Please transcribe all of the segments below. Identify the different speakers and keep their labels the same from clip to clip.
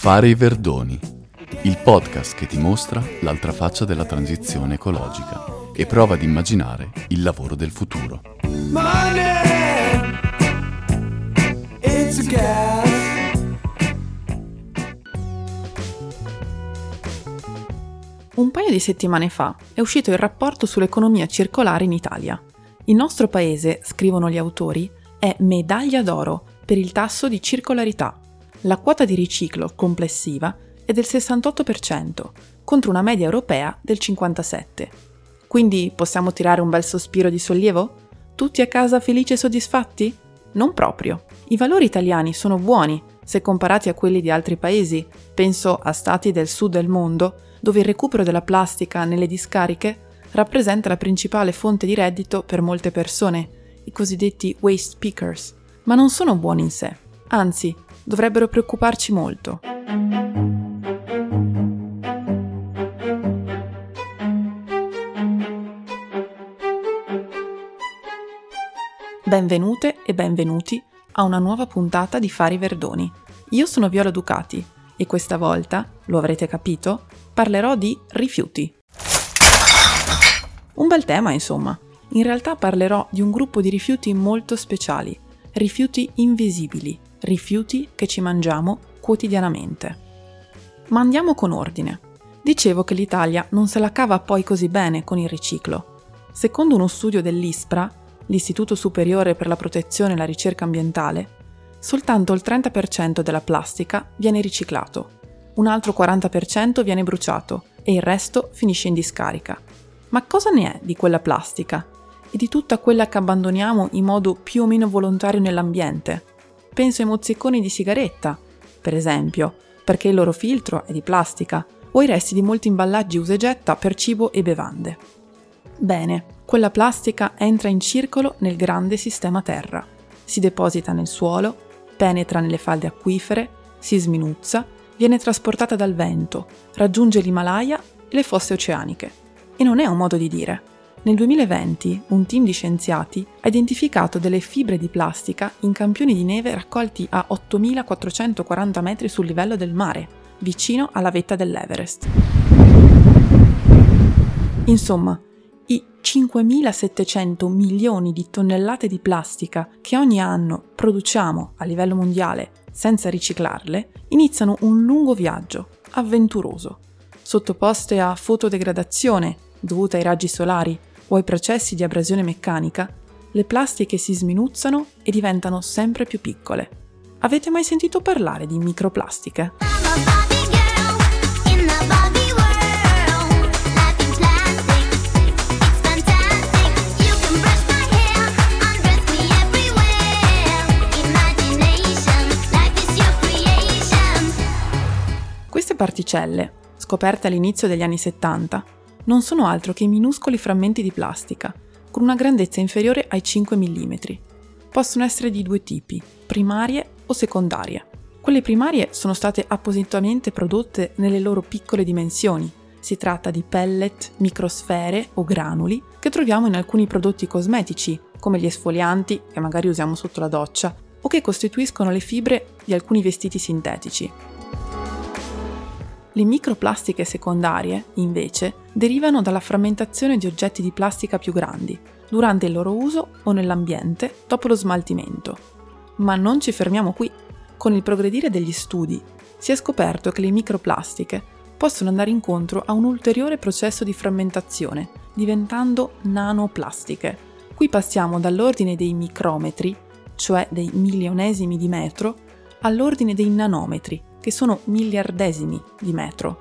Speaker 1: Fare i Verdoni, il podcast che ti mostra l'altra faccia della transizione ecologica e prova ad immaginare il lavoro del futuro.
Speaker 2: Money, it's a gas.
Speaker 3: Un paio di settimane fa è uscito il rapporto sull'economia circolare in Italia. Il nostro paese, scrivono gli autori, è medaglia d'oro per il tasso di circolarità. La quota di riciclo complessiva è del 68%, contro una media europea del 57%. Quindi possiamo tirare un bel sospiro di sollievo? Tutti a casa felici e soddisfatti? Non proprio. I valori italiani sono buoni se comparati a quelli di altri paesi. Penso a stati del sud del mondo, dove il recupero della plastica nelle discariche rappresenta la principale fonte di reddito per molte persone, i cosiddetti waste pickers. Ma non sono buoni in sé, anzi, dovrebbero preoccuparci molto. Benvenute e benvenuti a una nuova puntata di Fare i Verdoni. Io sono Viola Ducati e questa volta, lo avrete capito, parlerò di rifiuti. Un bel tema, insomma. In realtà parlerò di un gruppo di rifiuti molto speciali, rifiuti invisibili, rifiuti che ci mangiamo quotidianamente. Ma andiamo con ordine. Dicevo che l'Italia non se la cava poi così bene con il riciclo. Secondo uno studio dell'ISPRA, l'Istituto Superiore per la Protezione e la Ricerca Ambientale, soltanto il 30% della plastica viene riciclato, un altro 40% viene bruciato e il resto finisce in discarica. Ma cosa ne è di quella plastica e di tutta quella che abbandoniamo in modo più o meno volontario nell'ambiente? Penso ai mozziconi di sigaretta, per esempio, perché il loro filtro è di plastica, o ai resti di molti imballaggi usa e getta per cibo e bevande. Bene, quella plastica entra in circolo nel grande sistema Terra, si deposita nel suolo, penetra nelle falde acquifere, si sminuzza, viene trasportata dal vento, raggiunge l'Himalaya e le fosse oceaniche. E non è un modo di dire. Nel 2020 un team di scienziati ha identificato delle fibre di plastica in campioni di neve raccolti a 8.440 metri sul livello del mare, vicino alla vetta dell'Everest. Insomma, i 5.700 milioni di tonnellate di plastica che ogni anno produciamo a livello mondiale senza riciclarle iniziano un lungo viaggio, avventuroso, sottoposte a fotodegradazione dovuta ai raggi solari o ai processi di abrasione meccanica. Le plastiche si sminuzzano e diventano sempre più piccole. Avete mai sentito parlare di microplastiche? Queste particelle, scoperte all'inizio degli anni 70, non sono altro che minuscoli frammenti di plastica, con una grandezza inferiore ai 5 mm. Possono essere di due tipi, primarie o secondarie. Quelle primarie sono state appositamente prodotte nelle loro piccole dimensioni. Si tratta di pellet, microsfere o granuli che troviamo in alcuni prodotti cosmetici, come gli esfolianti che magari usiamo sotto la doccia, o che costituiscono le fibre di alcuni vestiti sintetici. Le microplastiche secondarie, invece, derivano dalla frammentazione di oggetti di plastica più grandi, durante il loro uso o nell'ambiente dopo lo smaltimento. Ma non ci fermiamo qui. Con il progredire degli studi si è scoperto che le microplastiche possono andare incontro a un ulteriore processo di frammentazione, diventando nanoplastiche. Qui passiamo dall'ordine dei micrometri, cioè dei milionesimi di metro, all'ordine dei nanometri, che sono miliardesimi di metro.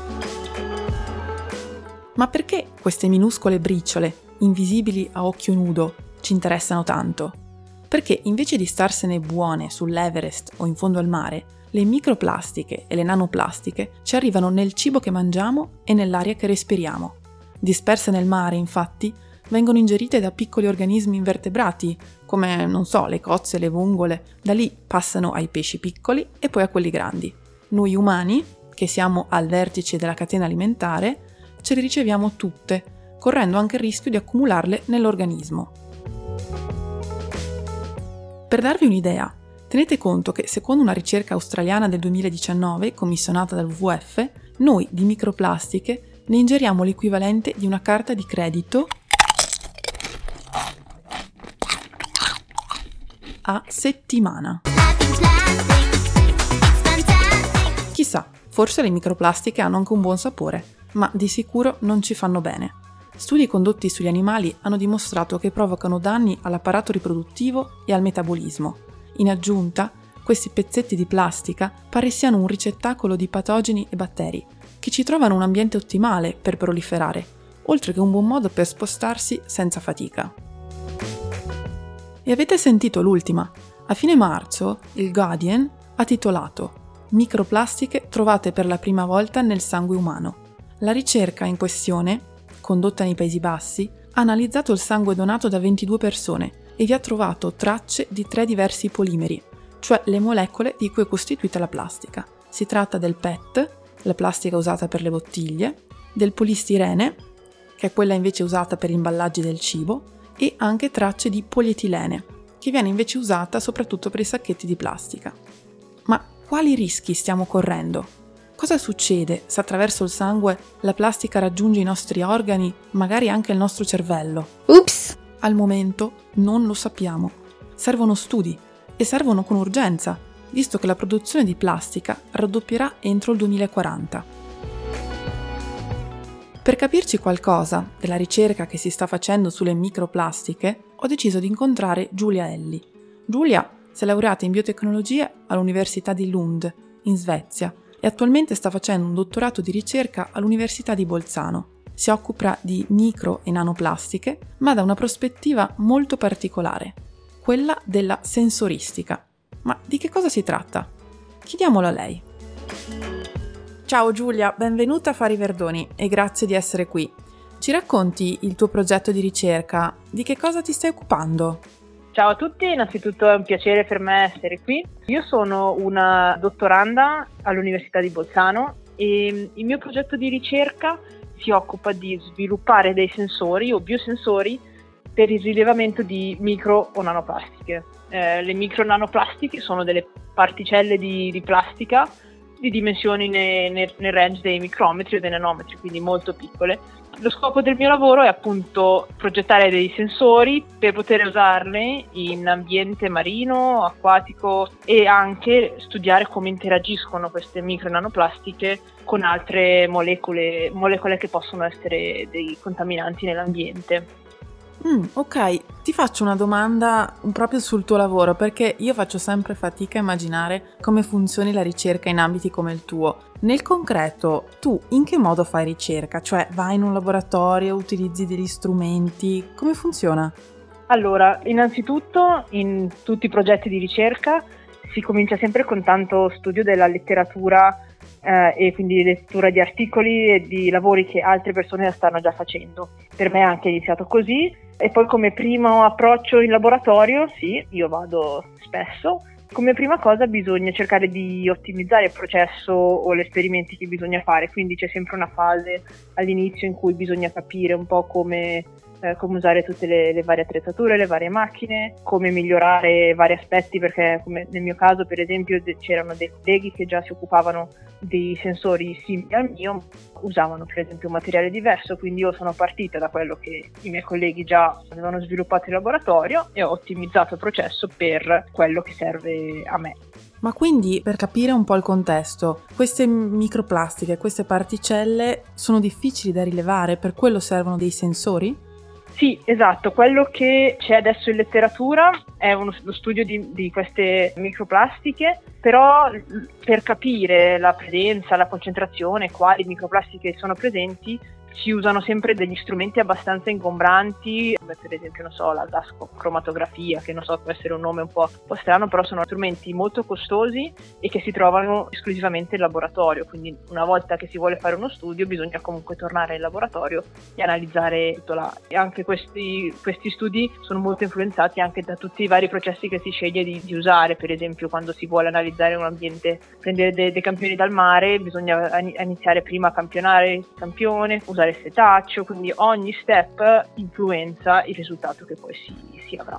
Speaker 3: Ma perché queste minuscole briciole, invisibili a occhio nudo, ci interessano tanto? Perché invece di starsene buone sull'Everest o in fondo al mare, le microplastiche e le nanoplastiche ci arrivano nel cibo che mangiamo e nell'aria che respiriamo. Disperse nel mare, infatti, vengono ingerite da piccoli organismi invertebrati, come, le cozze, le vongole. Da lì passano ai pesci piccoli e poi a quelli grandi. Noi umani, che siamo al vertice della catena alimentare, ce le riceviamo tutte, correndo anche il rischio di accumularle nell'organismo. Per darvi un'idea Tenete conto che secondo una ricerca australiana del 2019 commissionata dal WWF, noi di microplastiche ne ingeriamo l'equivalente di una carta di credito a settimana. Chissà, forse le microplastiche hanno anche un buon sapore, ma di sicuro non ci fanno bene. Studi condotti sugli animali hanno dimostrato che provocano danni all'apparato riproduttivo e al metabolismo. In aggiunta, questi pezzetti di plastica pare siano un ricettacolo di patogeni e batteri che ci trovano un ambiente ottimale per proliferare, oltre che un buon modo per spostarsi senza fatica. E avete sentito l'ultima? A fine marzo, il Guardian ha titolato "Microplastiche trovate per la prima volta nel sangue umano". La ricerca in questione, condotta nei Paesi Bassi, ha analizzato il sangue donato da 22 persone e vi ha trovato tracce di 3 diversi polimeri, cioè le molecole di cui è costituita la plastica. Si tratta del PET, la plastica usata per le bottiglie, del polistirene, che è quella invece usata per imballaggi del cibo, e anche tracce di polietilene, che viene invece usata soprattutto per i sacchetti di plastica. Ma quali rischi stiamo correndo? Cosa succede se attraverso il sangue la plastica raggiunge i nostri organi, magari anche il nostro cervello?
Speaker 4: Ups!
Speaker 3: Al momento non lo sappiamo. Servono studi e servono con urgenza, visto che la produzione di plastica raddoppierà entro il 2040. Per capirci qualcosa della ricerca che si sta facendo sulle microplastiche, ho deciso di incontrare Giulia Elli. Giulia si è laureata in biotecnologie all'Università di Lund, in Svezia, e attualmente sta facendo un dottorato di ricerca all'Università di Bolzano. Si occupa di micro e nanoplastiche, ma da una prospettiva molto particolare, quella della sensoristica. Ma di che cosa si tratta? Chiediamolo a lei. Ciao Giulia, benvenuta a Fari Verdoni e grazie di essere qui. Ci racconti il tuo progetto di ricerca? Di che cosa ti stai occupando?
Speaker 5: Ciao a tutti, innanzitutto è un piacere per me essere qui. Io sono una dottoranda all'Università di Bolzano e il mio progetto di ricerca si occupa di sviluppare dei sensori o biosensori per il rilevamento di micro o nanoplastiche. Le micro nanoplastiche sono delle particelle di plastica di dimensioni nel range dei micrometri o dei nanometri, quindi molto piccole. Lo scopo del mio lavoro è appunto progettare dei sensori per poter usarli in ambiente marino, acquatico e anche studiare come interagiscono queste micro nanoplastiche con altre molecole che possono essere dei contaminanti nell'ambiente.
Speaker 3: Ok, ti faccio una domanda proprio sul tuo lavoro, perché io faccio sempre fatica a immaginare come funzioni la ricerca in ambiti come il tuo. Nel concreto, tu in che modo fai ricerca? Cioè, vai in un laboratorio, utilizzi degli strumenti? Come funziona?
Speaker 5: Allora, innanzitutto, in tutti i progetti di ricerca si comincia sempre con tanto studio della letteratura e quindi lettura di articoli e di lavori che altre persone stanno già facendo. Per me è anche iniziato così e poi come primo approccio in laboratorio, sì, io vado spesso. Come prima cosa bisogna cercare di ottimizzare il processo o gli esperimenti che bisogna fare, quindi c'è sempre una fase all'inizio in cui bisogna capire un po' come usare tutte le varie attrezzature, le varie macchine, come migliorare vari aspetti, perché come nel mio caso per esempio c'erano dei colleghi che già si occupavano di sensori simili al mio, usavano per esempio un materiale diverso, quindi io sono partita da quello che i miei colleghi già avevano sviluppato in laboratorio e ho ottimizzato il processo per quello che serve a me.
Speaker 3: Ma quindi, per capire un po' il contesto, queste microplastiche, queste particelle sono difficili da rilevare, per quello servono dei sensori?
Speaker 5: Sì, esatto, quello che c'è adesso in letteratura è lo studio di queste microplastiche, però per capire la presenza, la concentrazione, quali microplastiche sono presenti, si usano sempre degli strumenti abbastanza ingombranti, come per esempio, non so, la cromatografia, che non so, può essere un nome un po' strano, però sono strumenti molto costosi e che si trovano esclusivamente in laboratorio, quindi una volta che si vuole fare uno studio bisogna comunque tornare in laboratorio e analizzare tutto là. E anche questi studi sono molto influenzati anche da tutti i vari processi che si sceglie di usare, per esempio quando si vuole analizzare un ambiente, prendere dei campioni dal mare, bisogna iniziare prima a campionare il campione, usare il setaccio, quindi ogni step influenza il risultato che poi si avrà.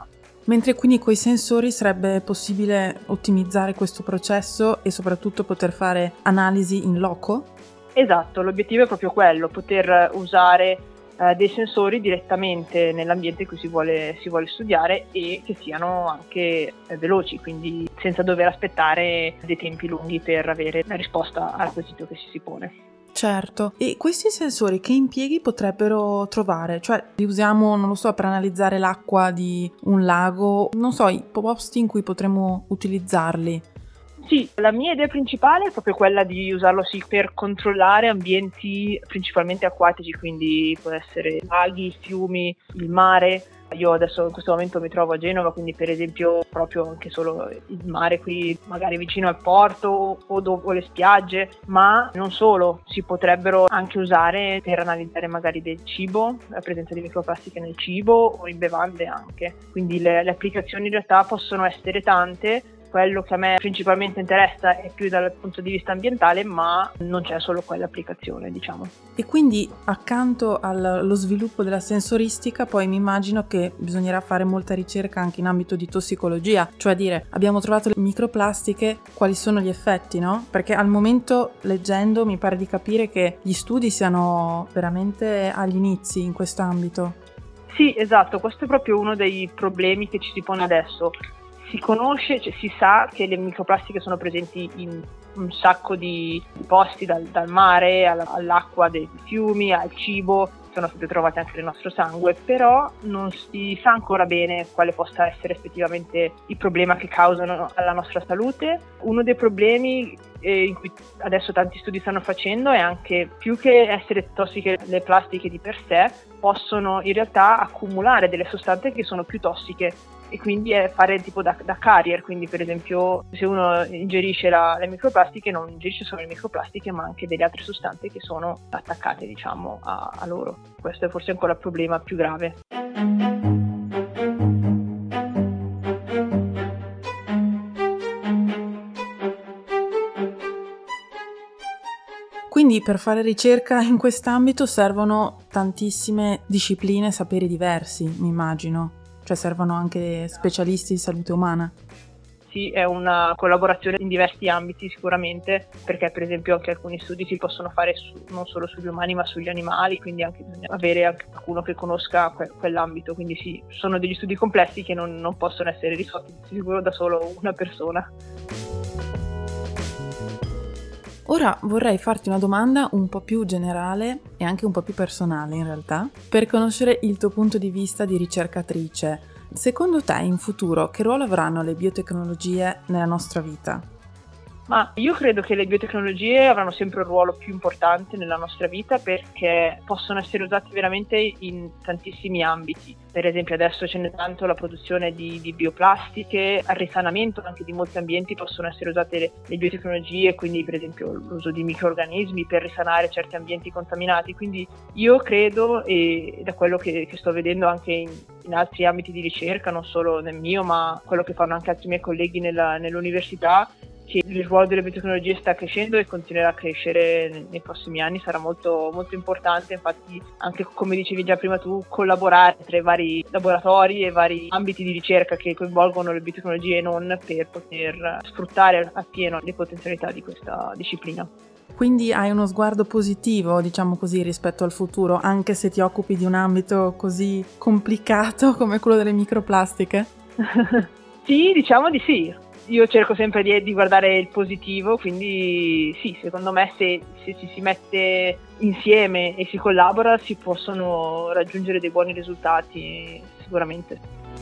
Speaker 3: Mentre quindi coi sensori sarebbe possibile ottimizzare questo processo e soprattutto poter fare analisi in loco?
Speaker 5: Esatto, l'obiettivo è proprio quello, poter usare dei sensori direttamente nell'ambiente in cui si vuole studiare e che siano anche veloci, quindi senza dover aspettare dei tempi lunghi per avere la risposta al quesito che si pone.
Speaker 3: Certo, e questi sensori che impieghi potrebbero trovare? Cioè li usiamo, non lo so, per analizzare l'acqua di un lago, non so, i posti in cui potremmo utilizzarli.
Speaker 5: Sì, la mia idea principale è proprio quella di usarlo per controllare ambienti principalmente acquatici, quindi può essere laghi, fiumi, il mare. Io adesso in questo momento mi trovo a Genova, quindi per esempio proprio anche solo il mare qui magari vicino al porto o le spiagge, ma non solo, si potrebbero anche usare per analizzare magari del cibo, la presenza di microplastiche nel cibo o in bevande anche. Quindi le applicazioni in realtà possono essere tante. Quello che a me principalmente interessa è più dal punto di vista ambientale, ma non c'è solo quell'applicazione, diciamo.
Speaker 3: E quindi accanto allo sviluppo della sensoristica poi mi immagino che bisognerà fare molta ricerca anche in ambito di tossicologia, cioè dire abbiamo trovato le microplastiche, quali sono gli effetti, no? Perché al momento leggendo mi pare di capire che gli studi siano veramente agli inizi in quest'ambito.
Speaker 5: Sì, esatto, questo è proprio uno dei problemi che ci si pone adesso. Si conosce, cioè si sa che le microplastiche sono presenti in un sacco di posti, dal mare all'acqua dei fiumi, al cibo, sono state trovate anche nel nostro sangue, però non si sa ancora bene quale possa essere effettivamente il problema che causano alla nostra salute. Uno dei problemi in cui adesso tanti studi stanno facendo è anche, più che essere tossiche le plastiche di per sé, possono in realtà accumulare delle sostanze che sono più tossiche e quindi fare tipo da carrier, quindi per esempio se uno ingerisce le microplastiche non ingerisce solo le microplastiche ma anche delle altre sostanze che sono attaccate, diciamo, a loro. Questo è forse ancora il problema più grave.
Speaker 3: Quindi per fare ricerca in quest'ambito servono tantissime discipline e saperi diversi, mi immagino. Cioè servono anche specialisti di salute umana?
Speaker 5: Sì, è una collaborazione in diversi ambiti sicuramente, perché per esempio anche alcuni studi si possono fare non solo sugli umani ma sugli animali, quindi anche bisogna avere anche qualcuno che conosca quell'ambito. Quindi sì, sono degli studi complessi che non possono essere risolti sicuro da solo una persona.
Speaker 3: Ora vorrei farti una domanda un po' più generale e anche un po' più personale in realtà, per conoscere il tuo punto di vista di ricercatrice. Secondo te in futuro che ruolo avranno le biotecnologie nella nostra vita?
Speaker 5: Ma io credo che le biotecnologie avranno sempre un ruolo più importante nella nostra vita perché possono essere usate veramente in tantissimi ambiti. Per esempio adesso ce n'è tanto la produzione di bioplastiche, al risanamento anche di molti ambienti possono essere usate le biotecnologie, quindi per esempio l'uso di microrganismi per risanare certi ambienti contaminati. Quindi io credo, e da quello che sto vedendo anche in altri ambiti di ricerca, non solo nel mio ma quello che fanno anche altri miei colleghi nell'università, che il ruolo delle biotecnologie sta crescendo e continuerà a crescere nei prossimi anni, sarà molto, molto importante. Infatti anche come dicevi già prima tu, collaborare tra i vari laboratori e vari ambiti di ricerca che coinvolgono le biotecnologie e non, per poter sfruttare appieno le potenzialità di questa disciplina.
Speaker 3: Quindi hai uno sguardo positivo, diciamo così, rispetto al futuro, anche se ti occupi di un ambito così complicato come quello delle microplastiche?
Speaker 5: Sì, diciamo di sì. Io cerco sempre di guardare il positivo, quindi sì, secondo me se ci si mette insieme e si collabora si possono raggiungere dei buoni risultati, sicuramente.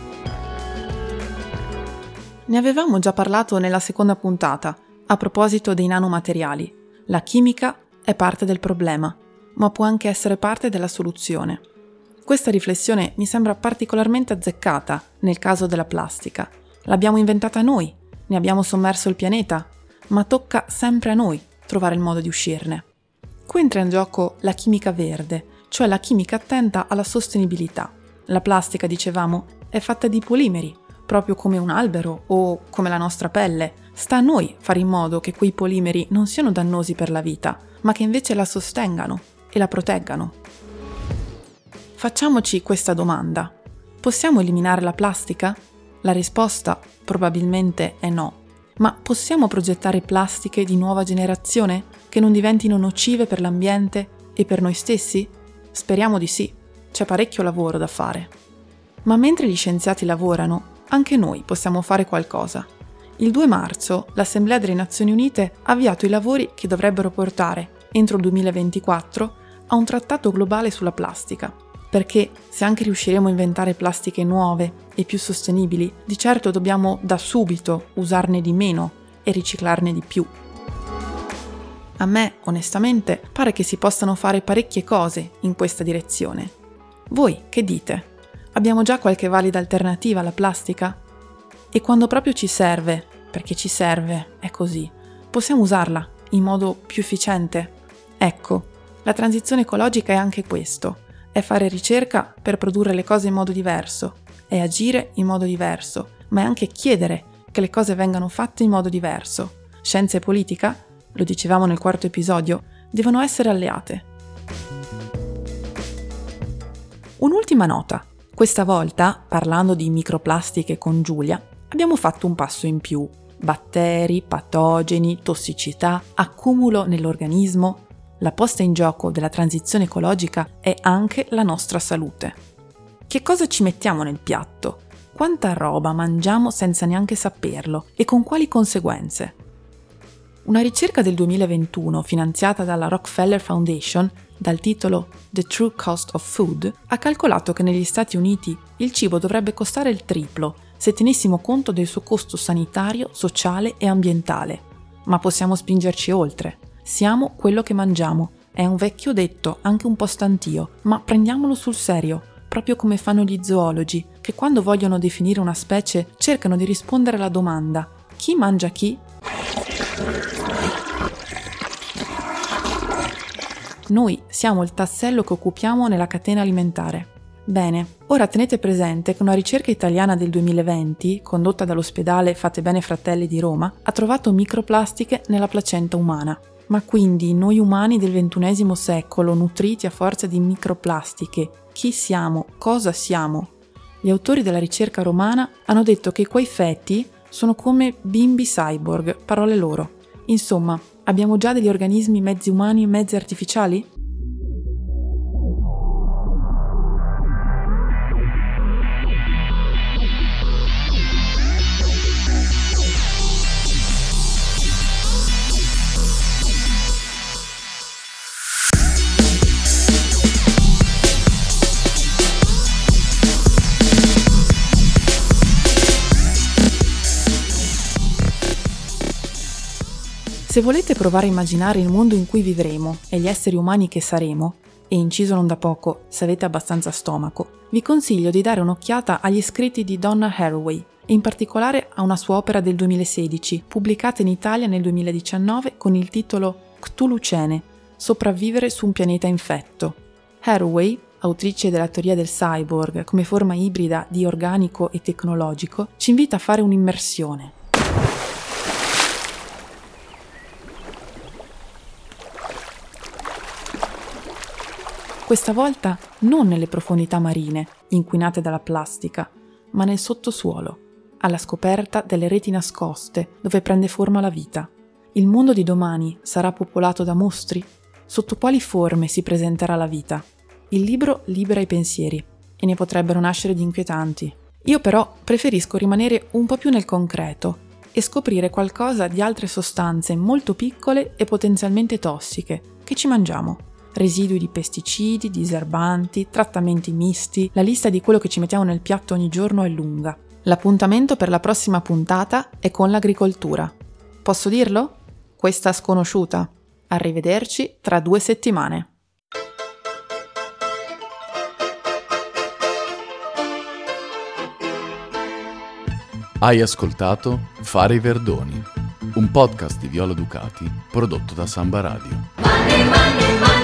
Speaker 3: Ne avevamo già parlato nella seconda puntata, a proposito dei nanomateriali. La chimica è parte del problema, ma può anche essere parte della soluzione. Questa riflessione mi sembra particolarmente azzeccata nel caso della plastica. L'abbiamo inventata noi. Ne abbiamo sommerso il pianeta, ma tocca sempre a noi trovare il modo di uscirne. Qui entra in gioco la chimica verde, cioè la chimica attenta alla sostenibilità. La plastica, dicevamo, è fatta di polimeri, proprio come un albero o come la nostra pelle. Sta a noi fare in modo che quei polimeri non siano dannosi per la vita, ma che invece la sostengano e la proteggano. Facciamoci questa domanda: possiamo eliminare la plastica? La risposta probabilmente è no. Ma possiamo progettare plastiche di nuova generazione che non diventino nocive per l'ambiente e per noi stessi? Speriamo di sì. C'è parecchio lavoro da fare. Ma mentre gli scienziati lavorano, anche noi possiamo fare qualcosa. Il 2 marzo l'Assemblea delle Nazioni Unite ha avviato i lavori che dovrebbero portare, entro il 2024, a un trattato globale sulla plastica. Perché se anche riusciremo a inventare plastiche nuove e più sostenibili, di certo dobbiamo da subito usarne di meno e riciclarne di più. A me, onestamente, pare che si possano fare parecchie cose in questa direzione. Voi che dite? Abbiamo già qualche valida alternativa alla plastica? E quando proprio ci serve, perché ci serve, è così, possiamo usarla in modo più efficiente? Ecco, la transizione ecologica è anche questo. È fare ricerca per produrre le cose in modo diverso, è agire in modo diverso, ma è anche chiedere che le cose vengano fatte in modo diverso. Scienza e politica, lo dicevamo nel 4º episodio, devono essere alleate. Un'ultima nota. Questa volta, parlando di microplastiche con Giulia, abbiamo fatto un passo in più. Batteri, patogeni, tossicità, accumulo nell'organismo. La posta in gioco della transizione ecologica è anche la nostra salute. Che cosa ci mettiamo nel piatto? Quanta roba mangiamo senza neanche saperlo e con quali conseguenze? Una ricerca del 2021 finanziata dalla Rockefeller Foundation, dal titolo The True Cost of Food, ha calcolato che negli Stati Uniti il cibo dovrebbe costare il triplo se tenessimo conto del suo costo sanitario, sociale e ambientale. Ma possiamo spingerci oltre. Siamo quello che mangiamo. È un vecchio detto, anche un po' stantio, ma prendiamolo sul serio, proprio come fanno gli zoologi, che quando vogliono definire una specie cercano di rispondere alla domanda: chi mangia chi? Noi siamo il tassello che occupiamo nella catena alimentare. Bene, ora tenete presente che una ricerca italiana del 2020, condotta dall'ospedale Fate Bene Fratelli di Roma, ha trovato microplastiche nella placenta umana. Ma quindi noi umani del XXI secolo, nutriti a forza di microplastiche, chi siamo? Cosa siamo? Gli autori della ricerca romana hanno detto che quei fetti sono come bimbi cyborg, parole loro. Insomma, abbiamo già degli organismi mezzi umani e mezzi artificiali? Se volete provare a immaginare il mondo in cui vivremo e gli esseri umani che saremo, e inciso non da poco, se avete abbastanza stomaco, vi consiglio di dare un'occhiata agli scritti di Donna Haraway, e in particolare a una sua opera del 2016, pubblicata in Italia nel 2019 con il titolo Cthulhucene, sopravvivere su un pianeta infetto. Haraway, autrice della teoria del cyborg come forma ibrida di organico e tecnologico, ci invita a fare un'immersione. Questa volta non nelle profondità marine, inquinate dalla plastica, ma nel sottosuolo, alla scoperta delle reti nascoste dove prende forma la vita. Il mondo di domani sarà popolato da mostri? Sotto quali forme si presenterà la vita? Il libro libera i pensieri e ne potrebbero nascere di inquietanti. Io però preferisco rimanere un po' più nel concreto e scoprire qualcosa di altre sostanze molto piccole e potenzialmente tossiche che ci mangiamo. Residui di pesticidi, diserbanti, trattamenti misti, la lista di quello che ci mettiamo nel piatto ogni giorno è lunga. L'appuntamento per la prossima puntata è con l'agricoltura. Posso dirlo? Questa sconosciuta. Arrivederci tra 2 settimane.
Speaker 1: Hai ascoltato Fare i Verdoni, un podcast di Viola Ducati prodotto da Samba Radio.
Speaker 2: Money, money, money.